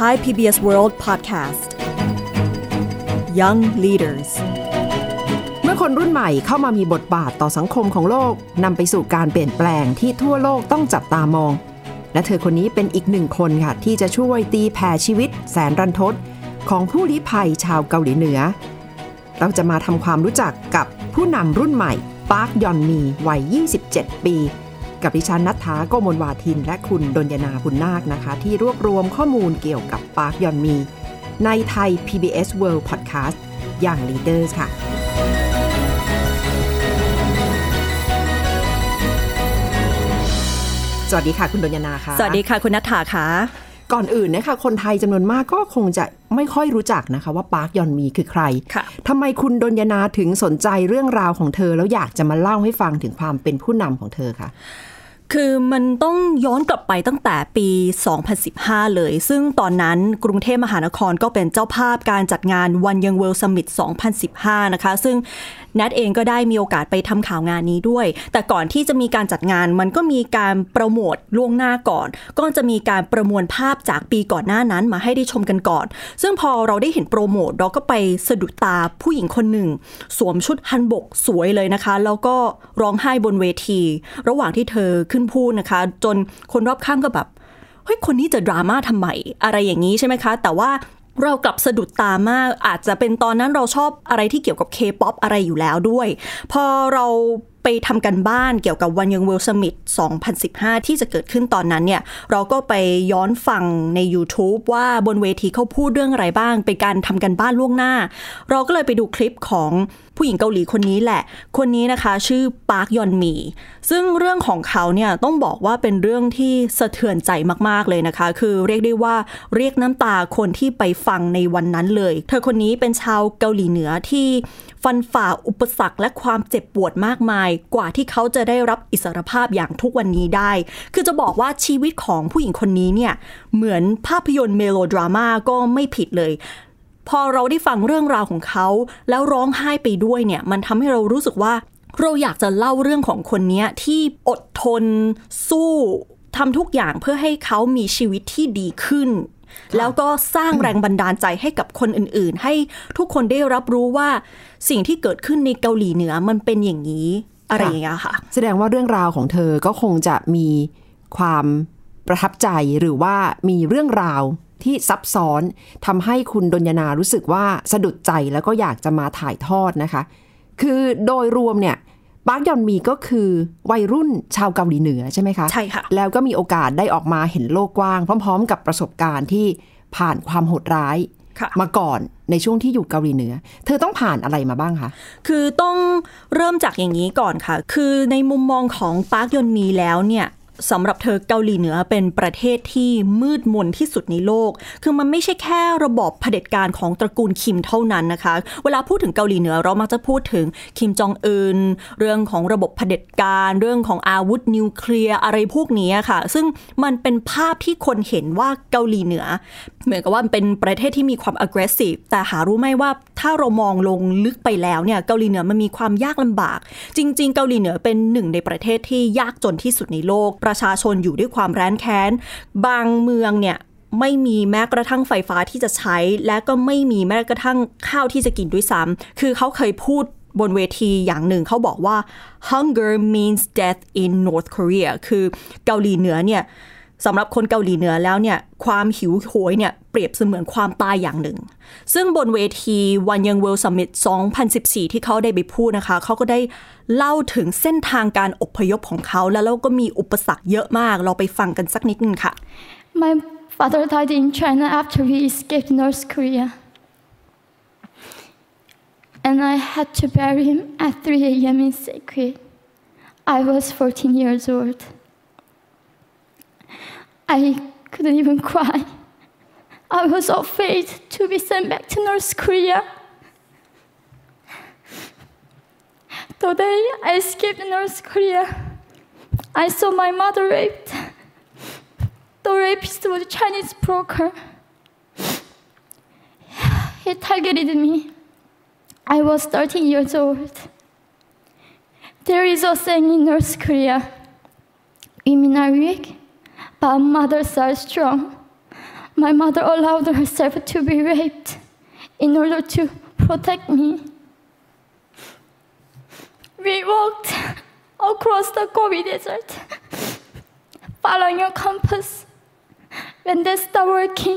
Thai PBS World Podcast Young Leaders เมื่อคนรุ่นใหม่เข้ามามีบทบาทต่อสังคมของโลกนำไปสู่การเปลี่ยนแปลงที่ทั่วโลกต้องจับตามองและเธอคนนี้เป็นอีกหนึ่งคนค่ะที่จะช่วยตีแผ่ชีวิตแสนรันทดของผู้ลี้ภัยชาวเกาหลีเหนือเราจะมาทำความรู้จักกับผู้นำรุ่นใหม่ปาร์คยอนมีวัย27 ปีกับดิฉันณัฐฐา โกมลวาทินและคุณดลยนาบุญนาคนะคะที่รวบรวมข้อมูลเกี่ยวกับปาร์คยอนมีในไทย PBS World Podcast Young Leaders ค่ะสวัสดีค่ะคุณดลยนาค่ะสวัสดีค่ะคุณณัฐฐาค่ะก่อนอื่นนะคะคนไทยจำนวนมากก็คงจะไม่ค่อยรู้จักนะคะว่าปาร์คยอนมีคือใครทำไมคุณดลยนาถึงสนใจเรื่องราวของเธอแล้วอยากจะมาเล่าให้ฟังถึงความเป็นผู้นำของเธอคะคือมันต้องย้อนกลับไปตั้งแต่ปี 2015 เลยซึ่งตอนนั้นกรุงเทพมหานครก็เป็นเจ้าภาพการจัดงาน One Young World Summit 2015 นะคะซึ่งแนทเองก็ได้มีโอกาสไปทำข่าวงานนี้ด้วยแต่ก่อนที่จะมีการจัดงานมันก็มีการโปรโมทล่วงหน้าก่อนก็จะมีการประมวลภาพจากปีก่อนหน้านั้นมาให้ได้ชมกันก่อนซึ่งพอเราได้เห็นโปรโมทเราก็ไปสะดุดตาผู้หญิงคนหนึ่งสวมชุดฮันบกสวยเลยนะคะแล้วก็ร้องไห้บนเวทีระหว่างที่เธอขึ้นพูดนะคะจนคนรอบข้างก็แบบเฮ้ยคนนี้จะดราม่าทำไมอะไรอย่างนี้ใช่ไหมคะแต่ว่าเรากลับสะดุดตามากอาจจะเป็นตอนนั้นเราชอบอะไรที่เกี่ยวกับ K-POP อะไรอยู่แล้วด้วยพอเราไปทำกันบ้านเกี่ยวกับ One Young World Summit 2015 ที่จะเกิดขึ้นตอนนั้นเนี่ยเราก็ไปย้อนฟังใน YouTube ว่าบนเวทีเขาพูดเรื่องอะไรบ้างเป็นการทำกันบ้านล่วงหน้าเราก็เลยไปดูคลิปของผู้หญิงเกาหลีคนนี้แหละคนนี้นะคะชื่อปาร์คยอนมีซึ่งเรื่องของเขาเนี่ยต้องบอกว่าเป็นเรื่องที่สะเทือนใจมากๆเลยนะคะคือเรียกได้ว่าเรียกน้ำตาคนที่ไปฟังในวันนั้นเลยเธอคนนี้เป็นชาวเกาหลีเหนือที่ฟันฝ่าอุปสรรคและความเจ็บปวดมากมายกว่าที่เขาจะได้รับอิสรภาพอย่างทุกวันนี้ได้คือจะบอกว่าชีวิตของผู้หญิงคนนี้เนี่ยเหมือนภาพยนตร์เมโลดราม่าก็ไม่ผิดเลยพอเราได้ฟังเรื่องราวของเขาแล้วร้องไห้ไปด้วยเนี่ยมันทำให้เรารู้สึกว่าเราอยากจะเล่าเรื่องของคนนี้ที่อดทนสู้ทำทุกอย่างเพื่อให้เขามีชีวิตที่ดีขึ้นแล้วก็สร้างแรงบันดาลใจให้กับคนอื่นๆให้ทุกคนได้รับรู้ว่าสิ่งที่เกิดขึ้นในเกาหลีเหนือมันเป็นอย่างนี้อะไรอย่างเงี้ยค่ะแสดงว่าเรื่องราวของเธอก็คงจะมีความประทับใจหรือว่ามีเรื่องราวที่ซับซ้อนทำให้คุณดลยนารู้สึกว่าสะดุดใจแล้วก็อยากจะมาถ่ายทอดนะคะคือโดยรวมเนี่ยปาร์คยอนมีก็คือวัยรุ่นชาวเกาหลีเหนือใช่ไหมคะใช่ค่ะแล้วก็มีโอกาสได้ออกมาเห็นโลกกว้างพร้อมๆกับประสบการณ์ที่ผ่านความโหดร้ายมาก่อนในช่วงที่อยู่เกาหลีเหนือเธอต้องผ่านอะไรมาบ้างคะคือต้องเริ่มจากอย่างนี้ก่อนค่ะคือในมุมมองของปาร์คยอนมีแล้วเนี่ยสำหรับเธอเกาหลีเหนือเป็นประเทศที่มืดมนที่สุดในโลกคือมันไม่ใช่แค่ระบอบเผด็จการของตระกูลคิมเท่านั้นนะคะเวลาพูดถึงเกาหลีเหนือเรามักจะพูดถึงคิมจองอึนเรื่องของระบบเผด็จการเรื่องของอาวุธนิวเคลียร์อะไรพวกนี้ค่ะซึ่งมันเป็นภาพที่คนเห็นว่าเกาหลีเหนือเหมือนกับว่าเป็นประเทศที่มีความ aggressive แต่หารู้ไหมว่าถ้าเรามองลงลึกไปแล้วเนี่ยเกาหลีเหนือมันมีความยากลำบากจริงๆเกาหลีเหนือเป็นหนึ่งในประเทศที่ยากจนที่สุดในโลกประชาชนอยู่ด้วยความแร้นแค้นบางเมืองเนี่ยไม่มีแม้กระทั่งไฟฟ้าที่จะใช้และก็ไม่มีแม้กระทั่งข้าวที่จะกินด้วยซ้ำคือเขาเคยพูดบนเวทีอย่างหนึ่งเขาบอกว่า hunger means death in North Korea คือเกาหลีเหนือเนี่ยสำหรับคนเกาหลีเหนือแล้วเนี่ยความหิวโหยเนี่ยเปรียบเสมือนความตายอย่างหนึ่งซึ่งบนเวที One Young World Summit 2014 ที่เขาได้ไปพูดนะคะเขาก็ได้เล่าถึงเส้นทางการอพยพของเขาแล้วก็มีอุปสรรคเยอะมากเราไปฟังกันสักนิดนึงค่ะ My father died in China after we escaped North Korea and I had to bury him at 3 a.m. in Sacred. I was 14 years old. I couldn't even cry. I was afraid to be sent back to North Korea. The day I escaped North Korea, I saw my mother raped. The rapist was a Chinese broker. He targeted me. I was 13 years old. There is a saying in North Korea, women are weak, but mothers are strong. My mother allowed herself to be raped in order to protect me. We walked across the Gobi Desert, following a compass. When they stopped working,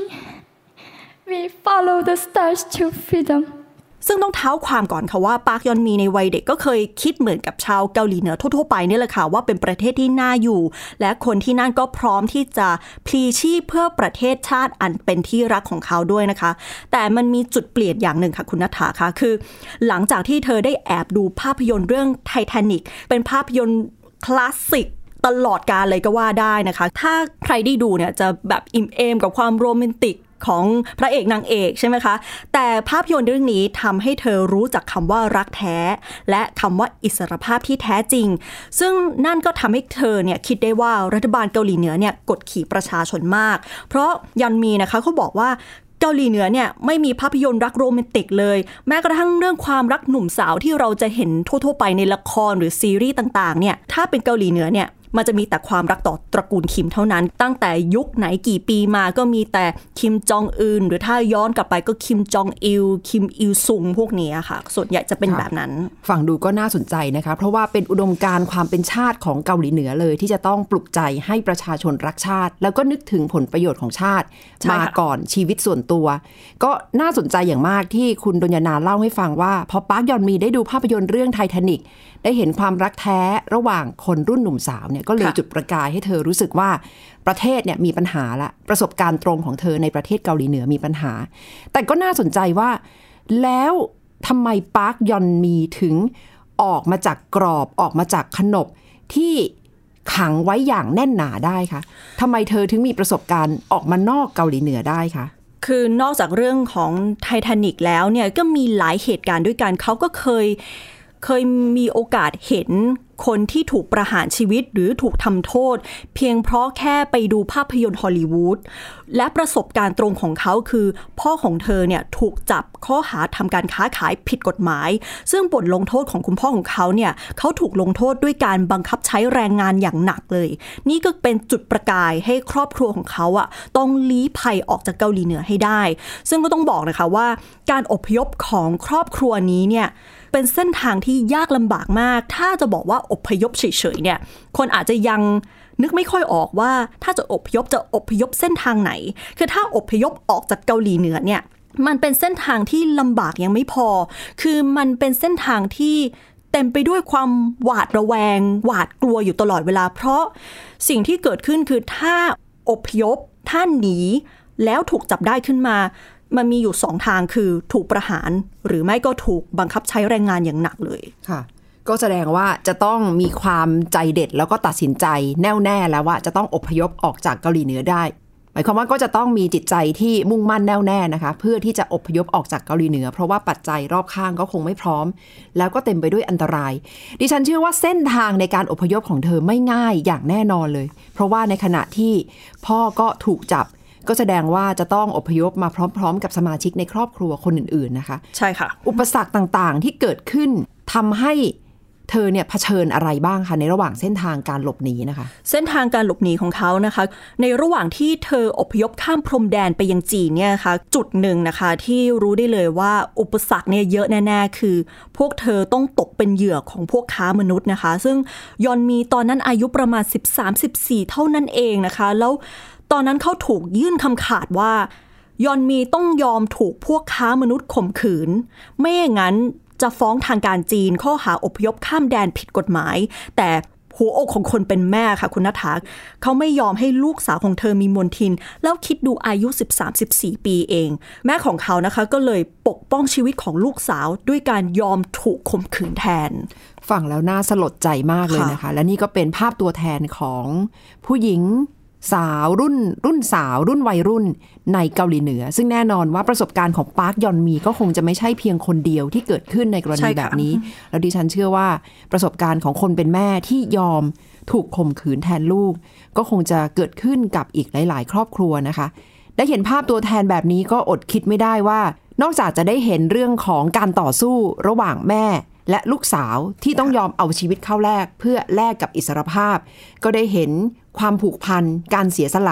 we followed the stars to freedom. ซึ่งต้องเท้าความก่อนค่ะว่าปาร์คยอนมีในวัยเด็กก็เคยคิดเหมือนกับชาวเกาหลีเหนือทั่วๆไปนี่แหละค่ะว่าเป็นประเทศที่น่าอยู่และคนที่นั่นก็พร้อมที่จะพลีชีพเพื่อประเทศชาติอันเป็นที่รักของเขาด้วยนะคะแต่มันมีจุดเปลี่ยนอย่างหนึ่งค่ะคุณณัฐฐาค่ะคือหลังจากที่เธอได้แอบดูภาพยนตร์เรื่องไททานิคเป็นภาพยนตร์คลาสสิกตลอดกาลเลยก็ว่าได้นะคะถ้าใครได้ดูเนี่ยจะแบบอิ่มเอมกับความโรแมนติกของพระเอกนางเอกใช่ไหมคะแต่ภาพยนตร์เรื่องนี้ทำให้เธอรู้จักคำว่ารักแท้และคำว่าอิสรภาพที่แท้จริงซึ่งนั่นก็ทำให้เธอเนี่ยคิดได้ว่ารัฐบาลเกาหลีเหนือเนี่ยกดขี่ประชาชนมากเพราะยันมีนะคะเขาบอกว่าเกาหลีเหนือเนี่ยไม่มีภาพยนตร์รักโรแมนติกเลยแม้กระทั่งเรื่องความรักหนุ่มสาวที่เราจะเห็นทั่วๆไปในละครหรือซีรีส์ต่างๆเนี่ยถ้าเป็นเกาหลีเหนือเนี่ยมันจะมีแต่ความรักต่อตระกูลคิมเท่านั้นตั้งแต่ยุคไหนกี่ปีมาก็มีแต่คิมจองอึนหรือถ้าย้อนกลับไปก็คิมจองอิลคิมอิลซุงพวกนี้ค่ะส่วนใหญ่จะเป็นแบบนั้นฟังดูก็น่าสนใจนะคะเพราะว่าเป็นอุดมการณ์ความเป็นชาติของเกาหลีเหนือเลยที่จะต้องปลุกใจให้ประชาชนรักชาติแล้วก็นึกถึงผลประโยชน์ของชาติมาก่อนชีวิตส่วนตัวก็น่าสนใจอย่างมากที่คุณดญนาเล่าให้ฟังว่าพอปาร์คยอนมีได้ดูภาพยนตร์เรื่องไททานิคได้เห็นความรักแท้ระหว่างคนรุ่นหนุ่มสาวเนี่ยก็เลยจุดประกายให้เธอรู้สึกว่าประเทศเนี่ยมีปัญหาละประสบการณ์ตรงของเธอในประเทศเกาหลีเหนือมีปัญหาแต่ก็น่าสนใจว่าแล้วทำไมปาร์คยอนมีถึงออกมาจากกรอบออกมาจากขนบที่ขังไว้อย่างแน่นหนาได้คะทำไมเธอถึงมีประสบการณ์ออกมานอกเกาหลีเหนือได้คะคือนอกจากเรื่องของไททานิคแล้วเนี่ยก็มีหลายเหตุการณ์ด้วยกันเขาก็เคยมีโอกาสเห็นคนที่ถูกประหารชีวิตหรือถูกทำโทษเพียงเพราะแค่ไปดูภาพยนตร์ฮอลลีวูดและประสบการณ์ตรงของเขาคือพ่อของเธอเนี่ยถูกจับข้อหาทำการค้าขายผิดกฎหมายซึ่งบทลงโทษของคุณพ่อของเขาเนี่ยเขาถูกลงโทษด้วยการบังคับใช้แรงงานอย่างหนักเลยนี่ก็เป็นจุดประกายให้ครอบครัวของเขาอะต้องลี้ภัยออกจากเกาหลีเหนือให้ได้ซึ่งก็ต้องบอกนะคะว่าการอพยพของครอบครัวนี้เนี่ยเป็นเส้นทางที่ยากลำบากมากถ้าจะบอกว่าอพยพเฉยๆเนี่ยคนอาจจะยังนึกไม่ค่อยออกว่าถ้าจะอพยพเส้นทางไหนคือถ้าอพยพออกจากเกาหลีเหนือเนี่ยมันเป็นเส้นทางที่ลำบากยังไม่พอคือมันเป็นเส้นทางที่เต็มไปด้วยความหวาดระแวงหวาดกลัวอยู่ตลอดเวลาเพราะสิ่งที่เกิดขึ้นคือถ้าอพยพถ้าหนีแล้วถูกจับได้ขึ้นมามันมีอยู่2ทางคือถูกประหารหรือไม่ก็ถูกบังคับใช้แรงงานอย่างหนักเลยค่ะก็แสดงว่าจะต้องมีความใจเด็ดแล้วก็ตัดสินใจแน่วแน่แล้วว่าจะต้องอพยพออกจากเกาหลีเหนือได้หมายความว่าก็จะต้องมีจิตใจที่มุ่งมั่นแน่วแน่นะคะเพื่อที่จะอพยพออกจากเกาหลีเหนือเพราะว่าปัจจัยรอบข้างก็คงไม่พร้อมแล้วก็เต็มไปด้วยอันตรายดิฉันเชื่อว่าเส้นทางในการอพยพของเธอไม่ง่ายอย่างแน่นอนเลยเพราะว่าในขณะที่พ่อก็ถูกจับก็แสดงว่าจะต้องอพยพมาพร้อมๆกับสมาชิกในครอบครัวคนอื่นๆนะคะใช่ค่ะอุปสรรคต่างๆที่เกิดขึ้นทำให้เธอเนี่ยเผชิญอะไรบ้างคะในระหว่างเส้นทางการหลบหนีนะคะเส้นทางการหลบหนีของเขานะคะในระหว่างที่เธออพยพข้ามพรมแดนไปยังจีนเนี่ยค่ะจุดหนึ่งนะคะที่รู้ได้เลยว่าอุปสรรคเนี่ยเยอะแน่ๆคือพวกเธอต้องตกเป็นเหยื่อของพวกค้ามนุษย์นะคะซึ่งยอนมีตอนนั้นอายุประมาณ 13-14 เท่านั้นเองนะคะแล้วตอนนั้นเขาถูกยื่นคำขาดว่ายอนมีต้องยอมถูกพวกค้ามนุษย์ข่มขืนไม่อย่างนั้นจะฟ้องทางการจีนข้อหาอพยพข้ามแดนผิดกฎหมายแต่หัวอกของคนเป็นแม่ค่ะคุณณัฐฐาเขาไม่ยอมให้ลูกสาวของเธอมีมนทินแล้วคิดดูอายุ 13-14 ปีเองแม่ของเขานะคะก็เลยปกป้องชีวิตของลูกสาวด้วยการยอมถูกข่มขืนแทนฟังแล้วน่าสลดใจมากเลยนะคะและนี่ก็เป็นภาพตัวแทนของผู้หญิงสาวรุ่นสาวรุ่นวัยรุ่นในเกาหลีเหนือซึ่งแน่นอนว่าประสบการณ์ของปาร์คยอนมีก็คงจะไม่ใช่เพียงคนเดียวที่เกิดขึ้นในกรณีแบบนี้แล้วดิฉันเชื่อว่าประสบการณ์ของคนเป็นแม่ที่ยอมถูกข่มขืนแทนลูกก็คงจะเกิดขึ้นกับอีกหลายๆครอบครัวนะคะได้เห็นภาพตัวแทนแบบนี้ก็อดคิดไม่ได้ว่านอกจากจะได้เห็นเรื่องของการต่อสู้ระหว่างแม่และลูกสาวที่ต้องยอมเอาชีวิตเข้าแลกเพื่อแลกกับอิสรภาพก็ได้เห็นความผูกพันการเสียสละ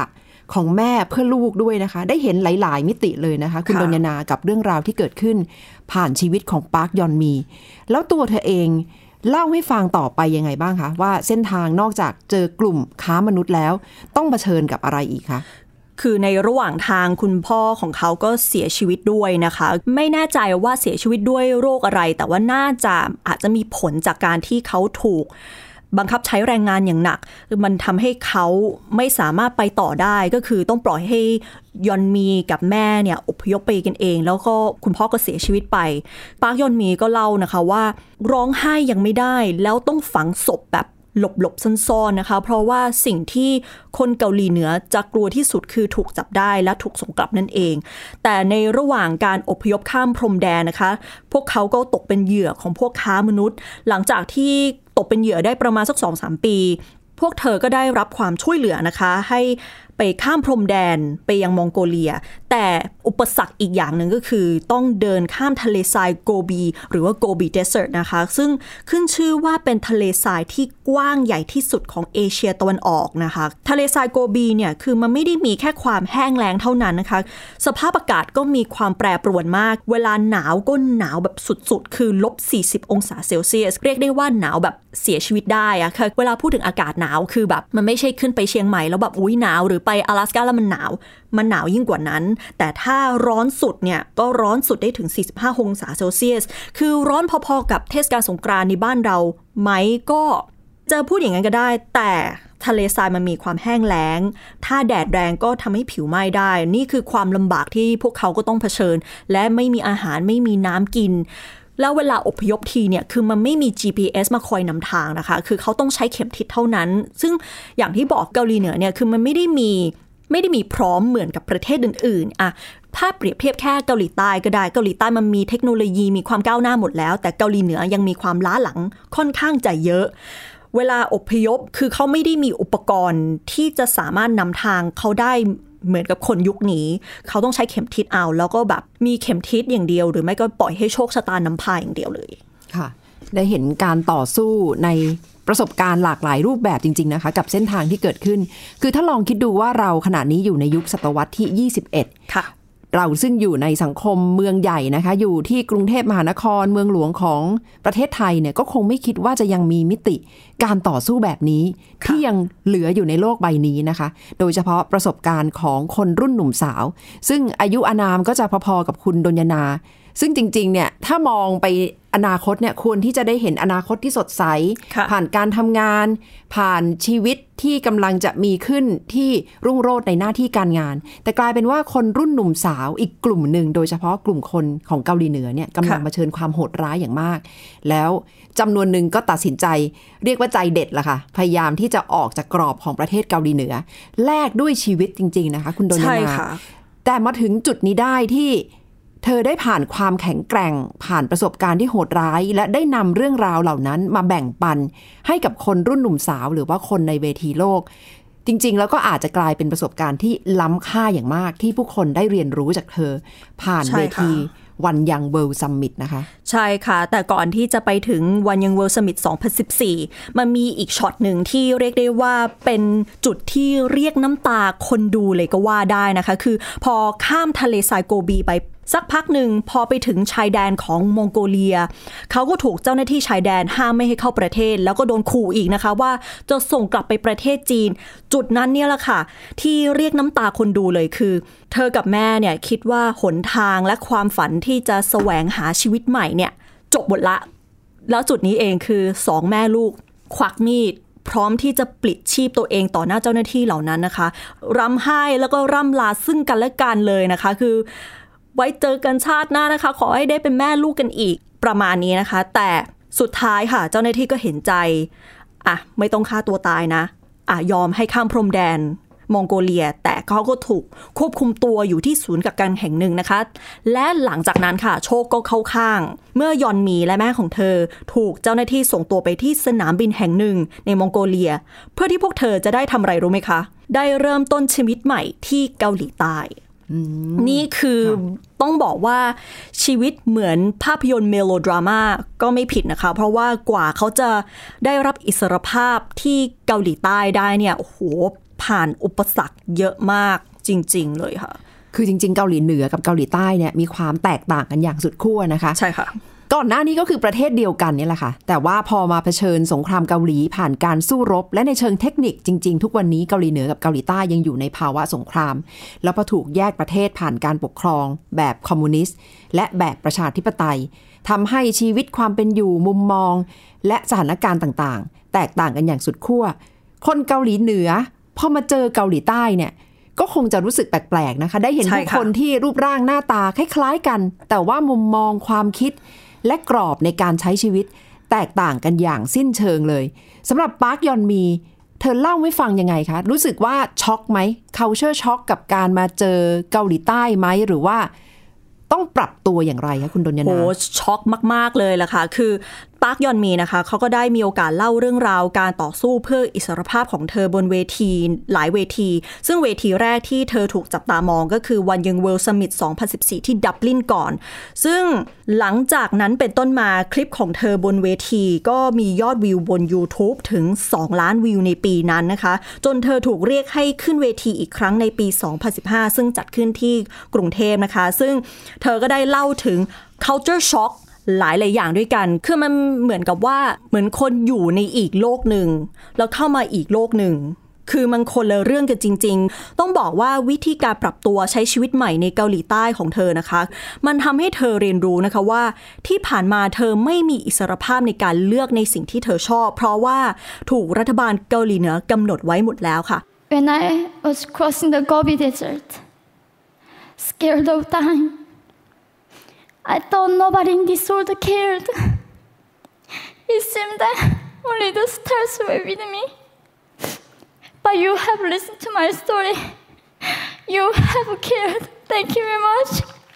ของแม่เพื่อลูกด้วยนะคะได้เห็นหลายๆมิติเลยนะคะคุณดลยนากับเรื่องราวที่เกิดขึ้นผ่านชีวิตของปาร์คยอนมีแล้วตัวเธอเองเล่าให้ฟังต่อไปยังไงบ้างคะว่าเส้นทางนอกจากเจอกลุ่มค้ามนุษย์แล้วต้องเผชิญกับอะไรอีกคะคือในระหว่างทางคุณพ่อของเขาก็เสียชีวิตด้วยนะคะไม่แน่ใจว่าเสียชีวิตด้วยโรคอะไรแต่ว่าน่าจะอาจจะมีผลจากการที่เขาถูกบังคับใช้แรงงานอย่างหนักมันทำให้เขาไม่สามารถไปต่อได้ก็คือต้องปล่อยให้ยอนมีกับแม่เนี่ยอพยพไปกันเองแล้วก็คุณพ่อก็เสียชีวิตไปปาร์คยอนมีก็เล่านะคะว่าร้องไห้ยังไม่ได้แล้วต้องฝังศพแบบหลบซ่อนๆนะคะเพราะว่าสิ่งที่คนเกาหลีเหนือจะกลัวที่สุดคือถูกจับได้และถูกส่งกลับนั่นเองแต่ในระหว่างการอพยพข้ามพรมแดนนะคะพวกเขาก็ตกเป็นเหยื่อของพวกค้ามนุษย์หลังจากที่ตกเป็นเหยื่อได้ประมาณสัก 2-3 ปีพวกเธอก็ได้รับความช่วยเหลือนะคะให้ไปข้ามพรมแดนไปยังมองโกเลียแต่อุปสรรคอีกอย่างหนึ่งก็คือต้องเดินข้ามทะเลทรายโกบีหรือว่าโกบีเดสเซอร์ตนะคะซึ่งขึ้นชื่อว่าเป็นทะเลทรายที่กว้างใหญ่ที่สุดของเอเชียตะวันออกนะคะทะเลทรายโกบีเนี่ยคือมันไม่ได้มีแค่ความแห้งแล้งเท่านั้นนะคะสภาพอากาศก็มีความแปรปรวนมากเวลาหนาวก็หนาวแบบสุดๆคือ-40 องศาเซลเซียสเรียกได้ว่าหนาวแบบเสียชีวิตได้อะค่ะเวลาพูดถึงอากาศหนาวคือแบบมันไม่ใช่ขึ้นไปเชียงใหม่แล้วแบบอุ๊ยหนาวหรือไป阿拉斯加แล้วมันหนาวยิ่งกว่านั้นแต่ถ้าร้อนสุดเนี่ยก็ร้อนสุดได้ถึง45องศาเซลเซียสคือร้อนพอๆกับเทศกาลสงกรานต์ในบ้านเราไหมก็จะพูดอย่างนั้นก็ได้แต่ทะเลทรายมันมีความแห้งแล้งถ้าแดดแรงก็ทำให้ผิวไหม้ได้นี่คือความลำบากที่พวกเขาก็ต้องเผชิญและไม่มีอาหารไม่มีน้ำกินแล้วเวลาอพยพทีเนี่ยคือมันไม่มี GPS มาคอยนำทางนะคะคือเขาต้องใช้เข็มทิศเท่านั้นซึ่งอย่างที่บอกเกาหลีเหนือเนี่ยคือมันไม่ได้มีพร้อมเหมือนกับประเทศอื่นๆอะถ้าเปรียบเทียบแค่เกาหลีใต้ก็ได้เกาหลีใต้มันมีเทคโนโลยีมีความก้าวหน้าหมดแล้วแต่เกาหลีเหนือยังมีความล้าหลังค่อนข้างจะเยอะเวลาอพยพคือเขาไม่ได้มีอุปกรณ์ที่จะสามารถนำทางเขาได้เหมือนกับคนยุคนี้เขาต้องใช้เข็มทิศเอาแล้วก็แบบมีเข็มทิศอย่างเดียวหรือไม่ก็ปล่อยให้โชคชะตานำพาอย่างเดียวเลยค่ะได้เห็นการต่อสู้ในประสบการณ์หลากหลายรูปแบบจริงๆนะคะกับเส้นทางที่เกิดขึ้นคือถ้าลองคิดดูว่าเราขณะนี้อยู่ในยุคศตวรรษที่21 ค่ะเราซึ่งอยู่ในสังคมเมืองใหญ่นะคะอยู่ที่กรุงเทพมหานครเมืองหลวงของประเทศไทยเนี่ยก็คงไม่คิดว่าจะยังมีมิติการต่อสู้แบบนี้ที่ยังเหลืออยู่ในโลกใบนี้นะคะโดยเฉพาะประสบการณ์ของคนรุ่นหนุ่มสาวซึ่งอายุอานามก็จะพอๆกับคุณดลยนาซึ่งจริงๆเนี่ยถ้ามองไปอนาคตเนี่ยควรที่จะได้เห็นอนาคตที่สดใสผ่านการทำงานผ่านชีวิตที่กำลังจะมีขึ้นที่รุ่งโรจน์ในหน้าที่การงานแต่กลายเป็นว่าคนรุ่นหนุ่มสาวอีกกลุ่มหนึ่งโดยเฉพาะกลุ่มคนของเกาหลีเหนือเนี่ยกำลังเผชิญความโหดร้ายอย่างมากแล้วจำนวนหนึ่งก็ตัดสินใจเรียกว่าใจเด็ดล่ะค่ะพยายามที่จะออกจากกรอบของประเทศเกาหลีเหนือแลกด้วยชีวิตจริงๆนะคะคุณดลยนาแต่มาถึงจุดนี้ได้ที่เธอได้ผ่านความแข็งแกร่งผ่านประสบการณ์ที่โหดร้ายและได้นำเรื่องราวเหล่านั้นมาแบ่งปันให้กับคนรุ่นหนุ่มสาวหรือว่าคนในเวทีโลกจริงๆแล้วก็อาจจะกลายเป็นประสบการณ์ที่ล้ำค่าอย่างมากที่ผู้คนได้เรียนรู้จากเธอผ่านเวทีวันยังเวิลด์ซัมมิตนะคะใช่ค่ะแต่ก่อนที่จะไปถึงวันยังเวิลด์ซัมมิต2014มันมีอีกช็อตหนึ่งที่เรียกได้ว่าเป็นจุดที่เรียกน้ำตาคนดูเลยก็ว่าได้นะคะคือพอข้ามทะเลทรายโกบีไปสักพักหนึ่งพอไปถึงชายแดนของมองโกเลียเขาก็ถูกเจ้าหน้าที่ชายแดนห้ามไม่ให้เข้าประเทศแล้วก็โดนขู่อีกนะคะว่าจะส่งกลับไปประเทศจีนจุดนั้นเนี่ยแหละค่ะที่เรียกน้ำตาคนดูเลยคือเธอกับแม่เนี่ยคิดว่าหนทางและความฝันที่จะแสวงหาชีวิตใหม่เนี่ยจบหมดละแล้วจุดนี้เองคือ2แม่ลูกควักมีดพร้อมที่จะปลิดชีพตัวเองต่อหน้าเจ้าหน้าที่เหล่านั้นนะคะร่ำไห้แล้วก็ร่ำลาซึ่งกันและกันเลยนะคะคือไว้เจอกันชาติหน้านะคะขอให้ได้เป็นแม่ลูกกันอีกประมาณนี้นะคะแต่สุดท้ายค่ะเจ้าหน้าที่ก็เห็นใจไม่ต้องฆ่าตัวตายนะยอมให้ข้ามพรมแดนมองโกเลียแต่เขาก็ถูกควบคุมตัวอยู่ที่ศูนย์กักกันแห่งหนึ่งนะคะและหลังจากนั้นค่ะโชคก็เข้าข้างเมื่อยอนมีและแม่ของเธอถูกเจ้าหน้าที่ส่งตัวไปที่สนามบินแห่งหนึ่งในมองโกเลียเพื่อที่พวกเธอจะได้ทำอะไรรู้ไหมคะได้เริ่มต้นชีวิตใหม่ที่เกาหลีใต้นี่คือต้องบอกว่าชีวิตเหมือนภาพยนตร์เมโลดราม่าก็ไม่ผิดนะคะเพราะว่ากว่าเขาจะได้รับอิสรภาพที่เกาหลีใต้ได้เนี่ยโอ้โหผ่านอุปสรรคเยอะมากจริงๆเลยค่ะคือจริงๆเกาหลีเหนือกับเกาหลีใต้เนี่ยมีความแตกต่างกันอย่างสุดขั้วนะคะใช่ค่ะก่อนหน้านี้ก็คือประเทศเดียวกันนี่แหละค่ะแต่ว่าพอมาเผชิญสงครามเกาหลีผ่านการสู้รบและในเชิงเทคนิคจริงๆทุกวันนี้เกาหลีเหนือกับเกาหลีใต้ยังอยู่ในภาวะสงครามแล้วพอถูกแยกประเทศผ่านการปกครองแบบคอมมิวนิสต์และแบบประชาธิปไตยทำให้ชีวิตความเป็นอยู่มุมมองและสถานการณ์ต่างๆแตกต่างกันอย่างสุดขั้วคนเกาหลีเหนือพอมาเจอเกาหลีใต้เนี่ยก็คงจะรู้สึกแปลกๆนะคะได้เห็นผู้คนที่รูปร่างหน้าตาคล้ายๆกันแต่ว่ามุมมองความคิดและกรอบในการใช้ชีวิตแตกต่างกันอย่างสิ้นเชิงเลยสำหรับปาร์คยอนมีเธอเล่าให้ฟังยังไงคะรู้สึกว่าช็อกไหม culture shock กับการมาเจอเกาหลีใต้ไหมหรือว่าต้องปรับตัวอย่างไรคะคุณดลยนาโอ้ช็อกมากๆเลยล่ะค่ะคือปาร์คยอนมีนะคะเขาก็ได้มีโอกาสเล่าเรื่องราวการต่อสู้เพื่ออิสรภาพของเธอบนเวทีหลายเวทีซึ่งเวทีแรกที่เธอถูกจับตามองก็คือวันยังเวิลด์ซัมมิต 2014 ที่ดับลินก่อนซึ่งหลังจากนั้นเป็นต้นมาคลิปของเธอบนเวทีก็มียอดวิวบน YouTube ถึง2 ล้านวิวในปีนั้นนะคะจนเธอถูกเรียกให้ขึ้นเวทีอีกครั้งในปี 2015 ซึ่งจัดขึ้นที่กรุงเทพนะคะซึ่งเธอก็ได้เล่าถึง culture shockหลายอย่างด้วยกันคือมันเหมือนกับว่าเหมือนคนอยู่ในอีกโลกหนึ่งแล้วเข้ามาอีกโลกหนึ่งคือมันคนละเรื่องกันจริงๆต้องบอกว่าวิธีการปรับตัวใช้ชีวิตใหม่ในเกาหลีใต้ของเธอนะคะมันทำให้เธอเรียนรู้นะคะว่าที่ผ่านมาเธอไม่มีอิสรภาพในการเลือกในสิ่งที่เธอชอบเพราะว่าถูกรัฐบาลเกาหลีเหนือกำหนดไว้หมดแล้วค่ะ When I was crossing the Gobi Desert, scared of dying.I thought nobody in this world cared. It seemed that only the stars were with me. But you have listened to my story. You have cared. Thank you very much.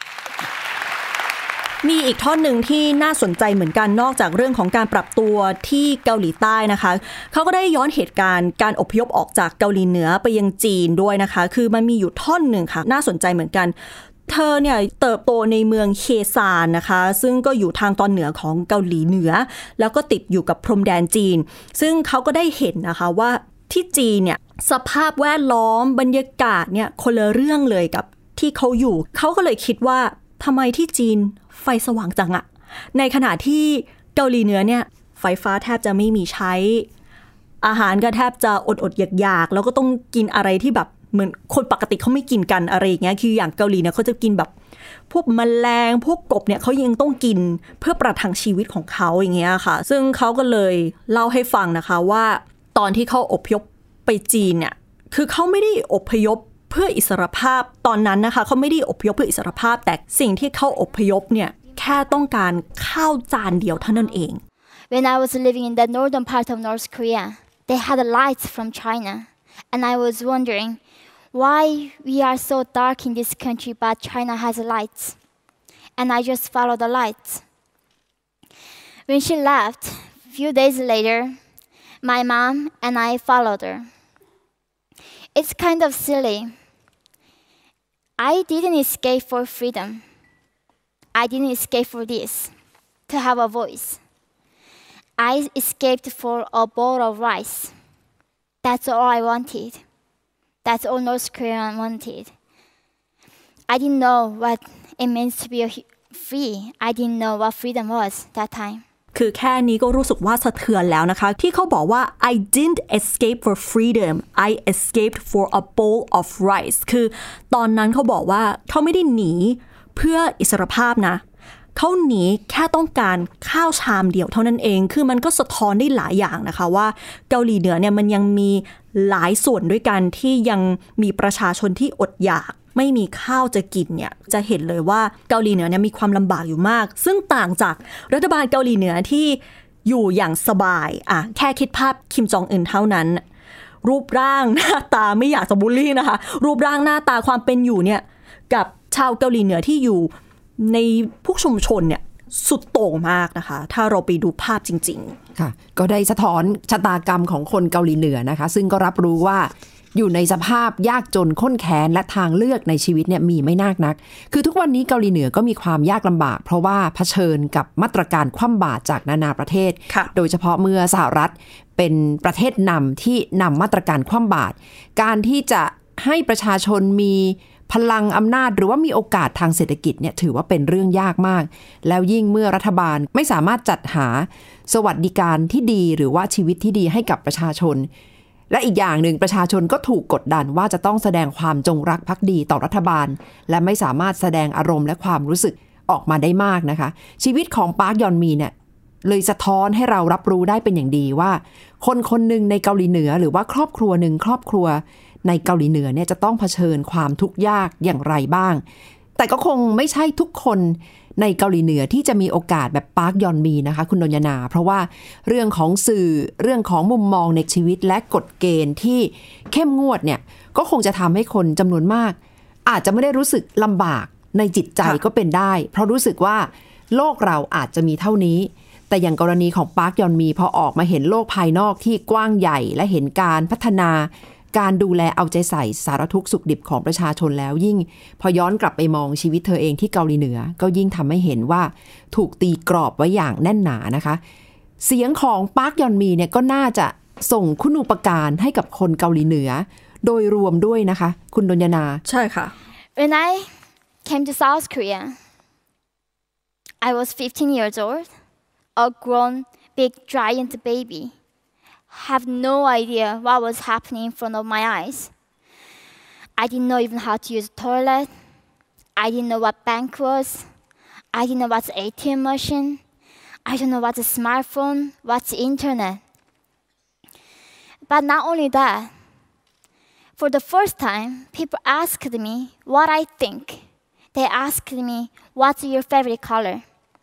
มีอีกท่อนหนึ่งที่น่าสนใจเหมือนกันนอกจากเรื่องของการปรับตัวที่เกาหลีใต้นะคะเขาก็ได้ย้อนเหตุการณ์การอพยพออกจากเกาหลีเหนือไปยังจีนด้วยนะคะคือมันมีอยู่ท่อนหนึ่งค่ะน่าสนใจเหมือนกันเธอเนี่ยเติบโตในเมืองเคซานนะคะซึ่งก็อยู่ทางตอนเหนือของเกาหลีเหนือแล้วก็ติดอยู่กับพรมแดนจีนซึ่งเขาก็ได้เห็นนะคะว่าที่จีนเนี่ยสภาพแวดล้อมบรรยากาศเนี่ยคนละเรื่องเลยกับที่เขาอยู่เขาก็เลยคิดว่าทำไมที่จีนไฟสว่างจังอะในขณะที่เกาหลีเหนือเนี่ยไฟฟ้าแทบจะไม่มีใช้อาหารก็แทบจะอดอยากๆแล้วก็ต้องกินอะไรที่แบบเหมือนคนปกติเขาไม่กินกันอะไรอย่างเงี้ยคืออย่างเกาหลีเนี่ยเขาจะกินแบบพวกแมลงพวกกบเนี่ยเขายังต้องกินเพื่อประทังชีวิตของเขาอย่างเงี้ยค่ะซึ่งเขาก็เลยเล่าให้ฟังนะคะว่าตอนที่เขาอพยพไปจีนเนี่ยคือเขาไม่ได้อพยพเพื่ออิสรภาพตอนนั้นนะคะเขาไม่ได้อพยพเพื่ออิสรภาพแต่สิ่งที่เขาอพยพเนี่ยแค่ต้องการข้าวจานเดียวเท่านั้นเอง When I was living in the northern part of North Korea, they had lights from China, and I was wondering.Why we are so dark in this country, but China has lights. And I just followed the lights. When she left, a few days later, my mom and I followed her. It's kind of silly. I didn't escape for freedom. I didn't escape for this, to have a voice. I escaped for a bowl of rice. That's all I wanted.That's all North Korean wanted. I didn't know what it means to be free. I didn't know what freedom was that time. คือแค่นี้ก็รู้สึกว่าสะเทือนแล้วนะคะที่เขาบอกว่า I didn't escape for freedom. I escaped for a bowl of rice. คือตอนนั้นเขาบอกว่าเขาไม่ได้หนีเพื่ออิสรภาพนะเขาหนีแค่ต้องการข้าวชามเดียวเท่านั้นเองคือมันก็สะท้อนได้หลายอย่างนะคะว่าเกาหลีเหนือเนี่ยมันยังมีหลายส่วนด้วยกันที่ยังมีประชาชนที่อดอยากไม่มีข้าวจะกินเนี่ยจะเห็นเลยว่าเกาหลีเหนือเนี่ยมีความลำบากอยู่มากซึ่งต่างจากรัฐบาลเกาหลีเหนือที่อยู่อย่างสบายแค่คิดภาพคิมจองอึนเท่านั้นรูปร่างหน้าตาไม่อยากจะบูลลี่นะคะรูปร่างหน้าตาความเป็นอยู่เนี่ยกับชาวเกาหลีเหนือที่อยู่ในพวกชุมชนเนี่ยสุดโต่งมากนะคะถ้าเราไปดูภาพจริงๆค่ะก็ได้สะท้อนชะตากรรมของคนเกาหลีเหนือนะคะซึ่งก็รับรู้ว่าอยู่ในสภาพยากจนข้นแค้นและทางเลือกในชีวิตเนี่ยมีไม่มากนักคือทุกวันนี้เกาหลีเหนือก็มีความยากลำบากเพราะว่าเผชิญกับมาตรการคว่ำบาตรจากนานาประเทศโดยเฉพาะเมื่อสหรัฐเป็นประเทศนำที่นำมาตรการคว่ำบาตรการที่จะให้ประชาชนมีพลังอำนาจหรือว่ามีโอกาสทางเศรษฐกิจเนี่ยถือว่าเป็นเรื่องยากมากแล้วยิ่งเมื่อรัฐบาลไม่สามารถจัดหาสวัสดิการที่ดีหรือว่าชีวิตที่ดีให้กับประชาชนและอีกอย่างหนึ่งประชาชนก็ถูกกดดันว่าจะต้องแสดงความจงรักภักดีต่อรัฐบาลและไม่สามารถแสดงอารมณ์และความรู้สึกออกมาได้มากนะคะชีวิตของปาร์คยอนมีเนี่ยเลยสะท้อนให้เรารับรู้ได้เป็นอย่างดีว่าคนคนหนึ่งในเกาหลีเหนือหรือว่าครอบครัวหนึ่งครอบครัวในเกาหลีเหนือเนี่ยจะต้องเผชิญความทุกข์ยากอย่างไรบ้างแต่ก็คงไม่ใช่ทุกคนในเกาหลีเหนือที่จะมีโอกาสแบบปาร์คยอนมีนะคะคุณดญนาเพราะว่าเรื่องของสื่อเรื่องของมุมมองในชีวิตและกฎเกณฑ์ที่เข้มงวดเนี่ยก็คงจะทำให้คนจำนวนมากอาจจะไม่ได้รู้สึกลำบากในจิตใจก็เป็นได้เพราะรู้สึกว่าโลกเราอาจจะมีเท่านี้แต่อย่างกรณีของปาร์คยอนมีพอออกมาเห็นโลกภายนอกที่กว้างใหญ่และเห็นการพัฒนาการดูแลเอาใจใส่สารทุกข์สุขดิบของประชาชนแล้วยิ่งพอย้อนกลับไปมองชีวิตเธอเองที่เกาหลีเหนือก็ยิ่งทำให้เห็นว่าถูกตีกรอบไว้อย่างแน่นหนานะคะเสียงของปาร์คยอนมีเนี่ยก็น่าจะส่งคุณูปการให้กับคนเกาหลีเหนือโดยรวมด้วยนะคะคุณดญนาใช่ค่ะ When I came to South Korea, I was 15 years old, a grown big giant baby.Have no idea what was happening in front of my eyes. I didn't know even how to use a toilet. I didn't know what bank was. I didn't know what's ATM machine. I don't know what's a smartphone, what's internet. But not only that, for the first time, people asked me what I think. They asked me, what's your favorite color?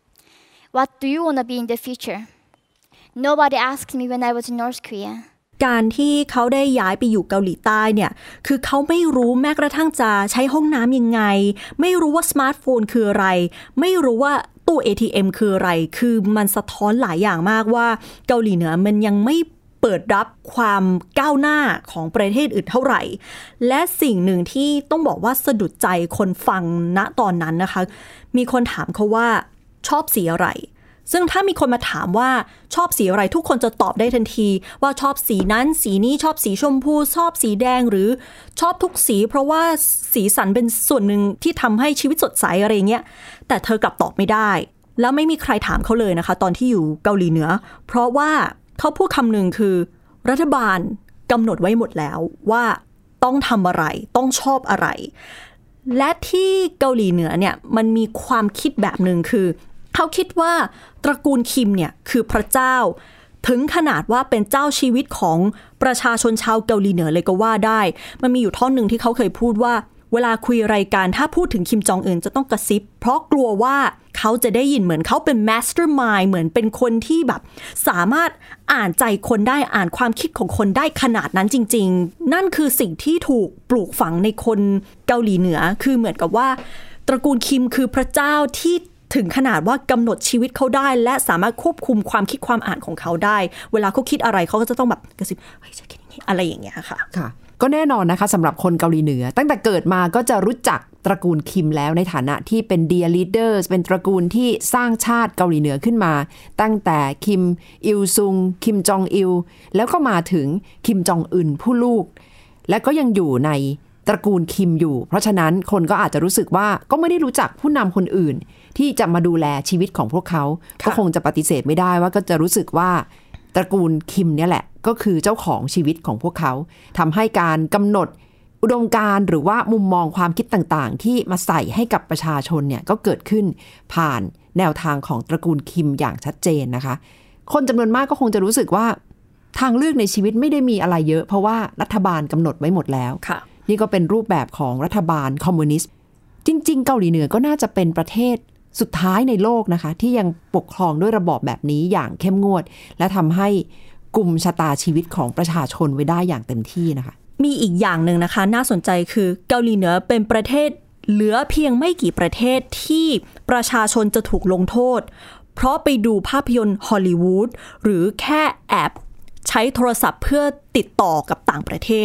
What do you want to be in the future?Nobody asked me when I was in North Korea. การที่เขาได้ย้ายไปอยู่เกาหลีใต้เนี่ยคือเขาไม่รู้แม้กระทั่งจะใช้ห้องน้ำยังไงไม่รู้ว่าสมาร์ทโฟนคืออะไรไม่รู้ว่าตู้ ATM คืออะไรคือมันสะท้อนหลายอย่างมากว่าเกาหลีเหนือมันยังไม่เปิดรับความก้าวหน้าของประเทศอื่นเท่าไหร่และสิ่งหนึ่งที่ต้องบอกว่าสะดุดใจคนฟังณตอนนั้นนะคะมีคนถามเขาว่าชอบสีอะไรซึ่งถ้ามีคนมาถามว่าชอบสีอะไรทุกคนจะตอบได้ทันทีว่าชอบสีนั้นสีนี้ชอบสีชมพูชอบสีแดงหรือชอบทุกสีเพราะว่าสีสันเป็นส่วนหนึ่งที่ทำให้ชีวิตสดใสอะไรเงี้ยแต่เธอกลับตอบไม่ได้แล้วไม่มีใครถามเขาเลยนะคะตอนที่อยู่เกาหลีเหนือเพราะว่าเขาพูดคำหนึ่งคือรัฐบาลกำหนดไว้หมดแล้วว่าต้องทำอะไรต้องชอบอะไรและที่เกาหลีเหนือเนี่ยมันมีความคิดแบบหนึ่งคือเขาคิดว่าตระกูลคิมเนี่ยคือพระเจ้าถึงขนาดว่าเป็นเจ้าชีวิตของประชาชนชาวเกาหลีเหนือเลยก็ว่าได้มันมีอยู่ท่อนหนึ่งที่เขาเคยพูดว่าเวลาคุยรายการถ้าพูดถึงคิมจองอึนจะต้องกระซิบเพราะกลัวว่าเขาจะได้ยินเหมือนเขาเป็นมาสเตอร์มายด์เหมือนเป็นคนที่แบบสามารถอ่านใจคนได้อ่านความคิดของคนได้ขนาดนั้นจริงๆนั่นคือสิ่งที่ถูกปลูกฝังในคนเกาหลีเหนือคือเหมือนกับว่าตระกูลคิมคือพระเจ้าที่ถึงขนาดว่ากำหนดชีวิตเขาได้และสามารถควบคุมความคิดความอ่านของเขาได้เวลาเขาคิดอะไรเขาก็จะต้องแบบกระซิบเฮ้ยจะคิดอย่างนี้อะไรอย่างเงี้ยค่ะค่ะก็แน่นอนนะคะสำหรับคนเกาหลีเหนือตั้งแต่เกิดมาก็จะรู้จักตระกูลคิมแล้วในฐานะที่เป็น Dear Leaders เป็นตระกูลที่สร้างชาติเกาหลีเหนือขึ้นมาตั้งแต่คิมอิลซุงคิมจองอิลแล้วก็มาถึงคิมจองอึนผู้ลูกและก็ยังอยู่ในตระกูลคิมอยู่เพราะฉะนั้นคนก็อาจจะรู้สึกว่าก็ไม่ได้รู้จักผู้นำคนอื่นที่จะมาดูแลชีวิตของพวกเขาก็คงจะปฏิเสธไม่ได้ว่าก็จะรู้สึกว่าตระกูลคิมเนี่ยแหละก็คือเจ้าของชีวิตของพวกเขาทำให้การกำหนดอุดมการณ์หรือว่ามุมมองความคิดต่างๆที่มาใส่ให้กับประชาชนเนี่ยก็เกิดขึ้นผ่านแนวทางของตระกูลคิมอย่างชัดเจนนะคะคนจำนวนมากก็คงจะรู้สึกว่าทางเลือกในชีวิตไม่ได้มีอะไรเยอะเพราะว่ารัฐบาลกำหนดไว้หมดแล้วนี่ก็เป็นรูปแบบของรัฐบาลคอมมิวนิสต์จริงๆเกาหลีเหนือก็น่าจะเป็นประเทศสุดท้ายในโลกนะคะที่ยังปกครองด้วยระบอบแบบนี้อย่างเข้มงวดและทำให้กุมชะตาชีวิตของประชาชนไว้ได้อย่างเต็มที่นะคะมีอีกอย่างหนึ่งนะคะน่าสนใจคือเกาหลีเหนือเป็นประเทศเหลือเพียงไม่กี่ประเทศที่ประชาชนจะถูกลงโทษเพราะไปดูภาพยนตร์ฮอลลีวูดหรือแค่แอบใช้โทรศัพท์เพื่อติดต่อกับต่างประเทศแค่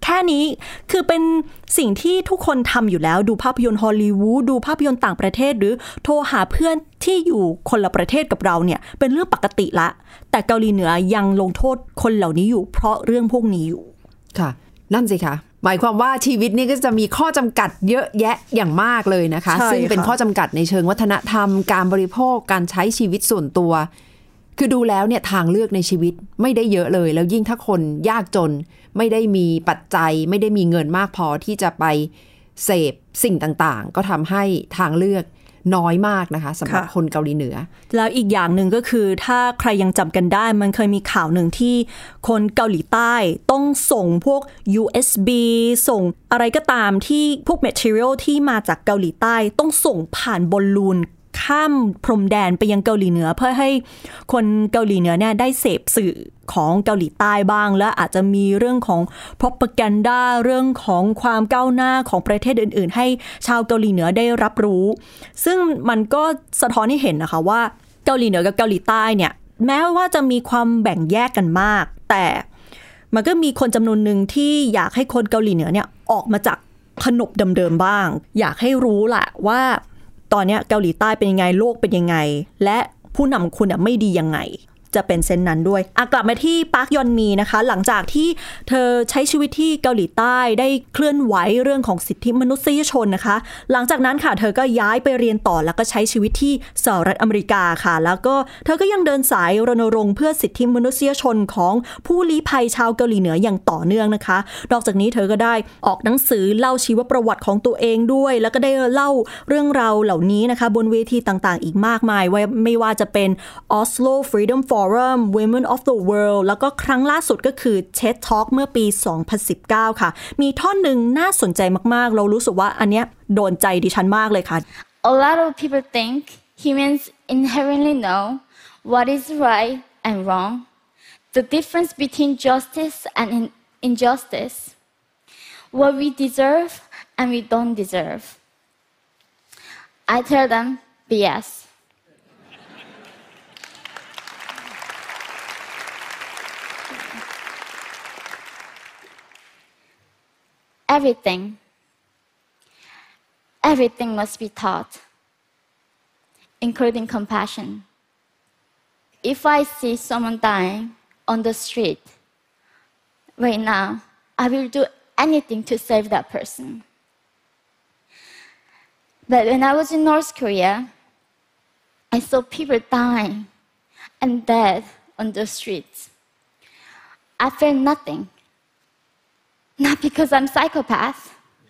ค่นี้คือเป็นสิ่งที่ทุกคนทำอยู่แล้วดูภาพยนตร์ฮอลลีวูดดูภาพยนตร์ต่างประเทศหรือโทรหาเพื่อนที่อยู่คนละประเทศกับเราเนี่ยเป็นเรื่องปกติละแต่เกาหลีเหนือยังลงโทษคนเหล่านี้อยู่เพราะเรื่องพวกนี้อยู่ค่ะนั่นสิคะหมายความว่าชีวิตนี่ก็จะมีข้อจำกัดเยอะแยะอย่างมากเลยนะคะซึ่งเป็นข้อจำกัดในเชิงวัฒนธรรมการบริโภคการใช้ชีวิตส่วนตัวคือดูแล้วเนี่ยทางเลือกในชีวิตไม่ได้เยอะเลยแล้วยิ่งถ้าคนยากจนไม่ได้มีปัจจัยไม่ได้มีเงินมากพอที่จะไปเสพสิ่งต่างๆก็ทำให้ทางเลือกน้อยมากนะคะสำหรับคนเกาหลีเหนือแล้วอีกอย่างหนึ่งก็คือถ้าใครยังจำกันได้มันเคยมีข่าวหนึ่งที่คนเกาหลีใต้ต้องส่งพวก USB ส่งอะไรก็ตามที่พวก material ที่มาจากเกาหลีใต้ต้องส่งผ่านบอลลูนข้ามพรมแดนไปยังเกาหลีเหนือเพื่อให้คนเกาหลีเหนือเนี่ยได้เสพสื่อของเกาหลีใต้บ้างและอาจจะมีเรื่องของ propaganda เรื่องของความก้าวหน้าของประเทศอื่นๆให้ชาวเกาหลีเหนือได้รับรู้ซึ่งมันก็สะท้อนให้เห็นนะคะว่าเกาหลีเหนือกับเกาหลีใต้เนี่ยแม้ว่าจะมีความแบ่งแยกกันมากแต่มันก็มีคนจำนวนหนึ่งที่อยากให้คนเกาหลีเหนือเนี่ยออกมาจากขนบเดิมๆบ้างอยากให้รู้แหละว่าตอนนี้เกาหลีใต้เป็นยังไงโลกเป็นยังไงและผู้นำคุณไม่ดียังไงจะเป็นเซนนั้นด้วยกลับมาที่ปาร์คยอนมีนะคะหลังจากที่เธอใช้ชีวิตที่เกาหลีใต้ได้เคลื่อนไหวเรื่องของสิทธิมนุษยชนนะคะหลังจากนั้นค่ะเธอก็ย้ายไปเรียนต่อแล้วก็ใช้ชีวิตที่สหรัฐอเมริกาค่ะแล้วก็เธอก็ยังเดินสายรณรงค์เพื่อสิทธิมนุษยชนของผู้ลี้ภัยชาวเกาหลีเหนืออย่างต่อเนื่องนะคะนอกจากนี้เธอก็ได้ออกหนังสือเล่าชีวประวัติของตัวเองด้วยแล้วก็ได้เล่าเรื่องราวเหล่านี้นะคะบนเวทีต่างๆอีกมากมายไม่ว่าจะเป็น Oslo Freedom Forum Women of the World แล้วก็ครั้งล่าสุดก็คือ TED Talk เมื่อปี 2019 ค่ะมีท่อนหนึ่งน่าสนใจมากๆเรารู้สึกว่าอันเนี้ยโดนใจดิฉันมากเลยค่ะ A lot of people think humans inherently know what is right and wrong, the difference between justice and injustice, what we deserve and we don't deserve. I tell them BS.Everything must be taught, including compassion. If I see someone dying on the street right now, I will do anything to save that person. But when I was in North Korea, I saw people dying and dead on the streets. I felt nothing.Not because I'm psychopath,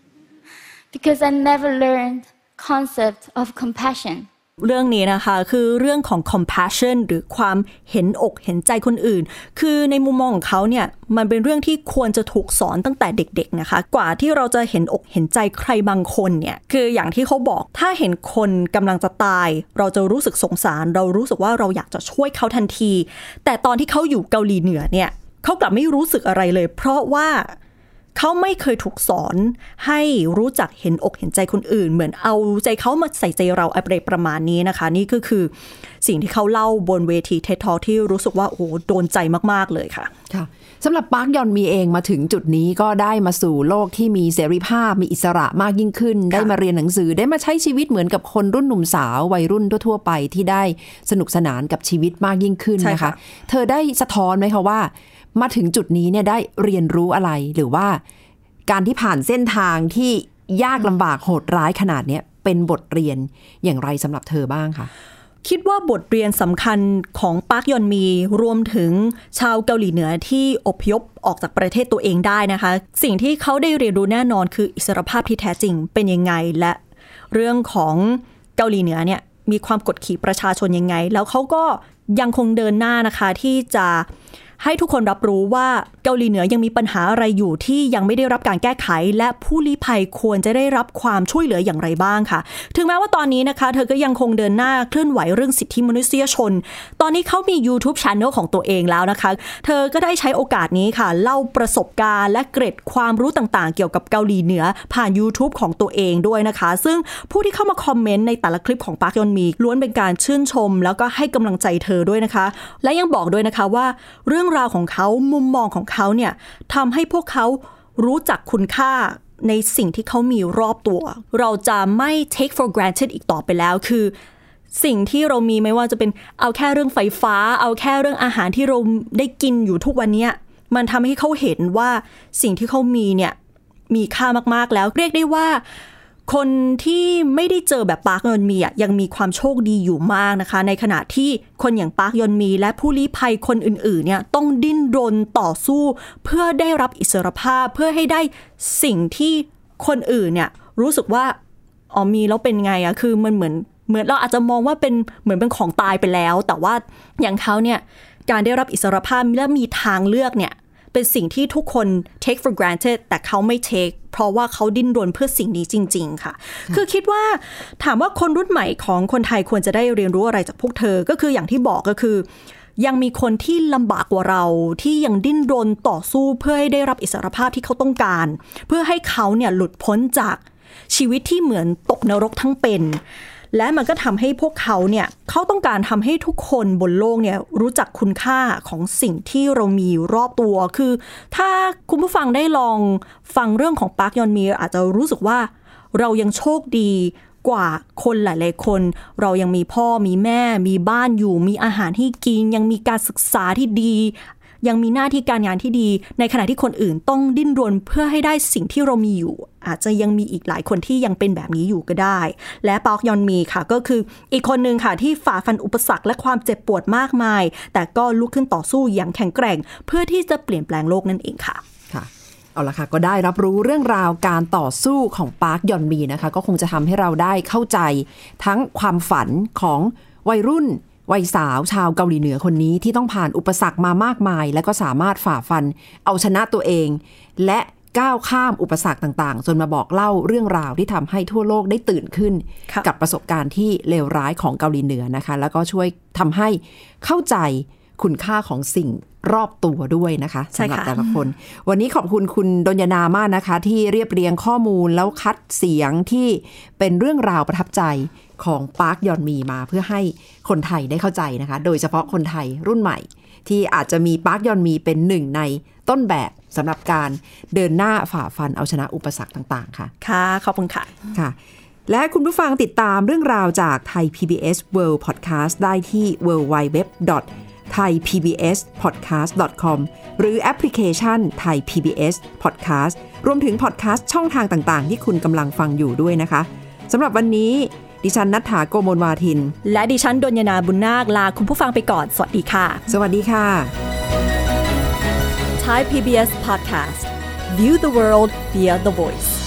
because I never learned concept of compassion. เรื่องนี้นะคะคือเรื่องของ compassion หรือความเห็นอกเห็นใจคนอื่นคือในมุมมองของเขาเนี่ยมันเป็นเรื่องที่ควรจะถูกสอนตั้งแต่เด็กๆนะคะกว่าที่เราจะเห็นอกเห็นใจใครบางคนเนี่ยคืออย่างที่เขาบอกถ้าเห็นคนกำลังจะตายเราจะรู้สึกสงสารเรารู้สึกว่าเราอยากจะช่วยเขาทันทีแต่ตอนที่เขาอยู่เกาหลีเหนือเนี่ยเขากลับไม่รู้สึกอะไรเลยเพราะว่าเขาไม่เคยถูกสอนให้รู้จักเห็นอกเห็นใจคนอื่นเหมือนเอาใจเขามาใส่ใจเราอะไรประมาณนี้นะคะนี่ก็คือสิ่งที่เขาเล่าบนเวที TED Talk ที่รู้สึกว่าโอ้โดนใจมากๆเลยค่ะค่ะสำหรับปาร์คยอนมีเองมาถึงจุดนี้ก็ได้มาสู่โลกที่มีเสรีภาพมีอิสระมากยิ่งขึ้นได้มาเรียนหนังสือได้มาใช้ชีวิตเหมือนกับคนรุ่นหนุ่มสาววัยรุ่นทั่วๆไปที่ได้สนุกสนานกับชีวิตมากยิ่งขึ้นนะคะเธอได้สะท้อนไหมคะว่ามาถึงจุดนี้เนี่ยได้เรียนรู้อะไรหรือว่าการที่ผ่านเส้นทางที่ยากลำบากโหดร้ายขนาดนี้เป็นบทเรียนอย่างไรสำหรับเธอบ้างคะคิดว่าบทเรียนสำคัญของปาร์คยอนมีรวมถึงชาวเกาหลีเหนือที่อพยพออกจากประเทศตัวเองได้นะคะสิ่งที่เขาได้เรียนรู้แน่นอนคืออิสรภาพที่แท้จริงเป็นยังไงและเรื่องของเกาหลีเหนือเนี่ยมีความกดขี่ประชาชนยังไงแล้วเขาก็ยังคงเดินหน้านะคะที่จะให้ทุกคนรับรู้ว่าเกาหลีเหนือยังมีปัญหาอะไรอยู่ที่ยังไม่ได้รับการแก้ไขและผู้ลี้ภัยควรจะได้รับความช่วยเหลืออย่างไรบ้างค่ะถึงแม้ว่าตอนนี้นะคะเธอก็ยังคงเดินหน้าเคลื่อนไหวเรื่องสิทธิมนุษยชนตอนนี้เขามี YouTube Channel ของตัวเองแล้วนะคะเธอก็ได้ใช้โอกาสนี้ค่ะเล่าประสบการณ์และเกร็ดความรู้ต่างๆเกี่ยวกับเกาหลีเหนือผ่าน YouTube ของตัวเองด้วยนะคะซึ่งผู้ที่เข้ามาคอมเมนต์ในแต่ละคลิปของปาร์คยอนมีล้วนเป็นการชื่นชมแล้วก็ให้กำลังใจเธอด้วยนะคะและยังบอกด้วยนะคะว่าเรื่องราวของเขามุมมองของเขาเนี่ยทำให้พวกเขารู้จักคุณค่าในสิ่งที่เขามีรอบตัวเราจะไม่ take for granted อีกต่อไปแล้วคือสิ่งที่เรามีไม่ว่าจะเป็นเอาแค่เรื่องไฟฟ้าเอาแค่เรื่องอาหารที่เราได้กินอยู่ทุกวันนี้มันทำให้เขาเห็นว่าสิ่งที่เขามีเนี่ยมีค่ามากๆแล้วเรียกได้ว่าคนที่ไม่ได้เจอแบบปาร์คยอนมียังมีความโชคดีอยู่มากนะคะในขณะที่คนอย่างปาร์คยอนมีและผู้ลี้ภัยคนอื่นๆเนี่ยต้องดิ้นรนต่อสู้เพื่อได้รับอิสรภาพเพื่อให้ได้สิ่งที่คนอื่นเนี่ยรู้สึกว่ามีแล้วเป็นไงคือมันเหมือนเราอาจจะมองว่าเป็นเหมือนเป็นของตายไปแล้วแต่ว่าอย่างเขาเนี่ยการได้รับอิสรภาพและมีทางเลือกเนี่ยเป็นสิ่งที่ทุกคน take for granted แต่เขาไม่ take เพราะว่าเขาดิ้นรนเพื่อสิ่งนี้จริงๆค่ะคือคิดว่าถามว่าคนรุ่นใหม่ของคนไทยควรจะได้เรียนรู้อะไรจากพวกเธอก็คืออย่างที่บอกก็คือยังมีคนที่ลำบากกว่าเราที่ยังดิ้นรนต่อสู้เพื่อให้ได้รับอิสรภาพที่เขาต้องการเพื่อให้เขาเนี่ยหลุดพ้นจากชีวิตที่เหมือนตกนรกทั้งเป็นและมันก็ทำให้พวกเขาเนี่ยเขาต้องการทำให้ทุกคนบนโลกเนี่ยรู้จักคุณค่าของสิ่งที่เรามีรอบตัวคือถ้าคุณผู้ฟังได้ลองฟังเรื่องของปาร์คยอนมีอาจจะรู้สึกว่าเรายังโชคดีกว่าคนหลายๆคนเรายังมีพ่อมีแม่มีบ้านอยู่มีอาหารที่กินยังมีการศึกษาที่ดียังมีหน้าที่การงานที่ดีในขณะที่คนอื่นต้องดิ้นรนเพื่อให้ได้สิ่งที่เรามีอยู่อาจจะยังมีอีกหลายคนที่ยังเป็นแบบนี้อยู่ก็ได้และปาร์คยอนมีค่ะก็คืออีกคนนึงค่ะที่ฝ่าฟันอุปสรรคและความเจ็บปวดมากมายแต่ก็ลุกขึ้นต่อสู้อย่างแข็งแกร่งเพื่อที่จะเปลี่ยนแปลงโลกนั่นเองค่ะเอาละค่ะก็ได้รับรู้เรื่องราวการต่อสู้ของปาร์คยอนมีนะคะก็คงจะทำให้เราได้เข้าใจทั้งความฝันของวัยรุ่นวัยสาวชาวเกาหลีเหนือคนนี้ที่ต้องผ่านอุปสรรคมามากมายและก็สามารถฝ่าฟันเอาชนะตัวเองและก้าวข้ามอุปสรรคต่างๆจนมาบอกเล่าเรื่องราวที่ทำให้ทั่วโลกได้ตื่นขึ้นกับประสบการณ์ที่เลวร้ายของเกาหลีเหนือนะคะแล้วก็ช่วยทำให้เข้าใจคุณค่าของสิ่งรอบตัวด้วยนะคะสำหรับแต่ละคนวันนี้ขอบคุณคุณดลยนามากนะคะที่เรียบเรียงข้อมูลแล้วคัดเสียงที่เป็นเรื่องราวประทับใจของปาร์คยอนมีมาเพื่อให้คนไทยได้เข้าใจนะคะโดยเฉพาะคนไทยรุ่นใหม่ที่อาจจะมีปาร์คยอนมีเป็นหนึ่งในต้นแบบสำหรับการเดินหน้าฝ่าฟันเอาชนะอุปสรรคต่างๆค่ะค่ะขอบคุณค่ะค่ะและคุณผู้ฟังติดตามเรื่องราวจากไทย PBS World Podcast ได้ที่ www.thaipbspodcast.com หรือแอปพลิเคชัน Thai PBS Podcast รวมถึงพอดแคสต์ช่องทางต่างๆที่คุณกำลังฟังอยู่ด้วยนะคะสำหรับวันนี้ดิฉันณัฐฐา โกมลวาทินและดิฉันดลยนาบุญนาคลาคุณผู้ฟังไปก่อนสวัสดีค่ะสวัสดีค่ะ Thai PBS Podcast View the world via the voice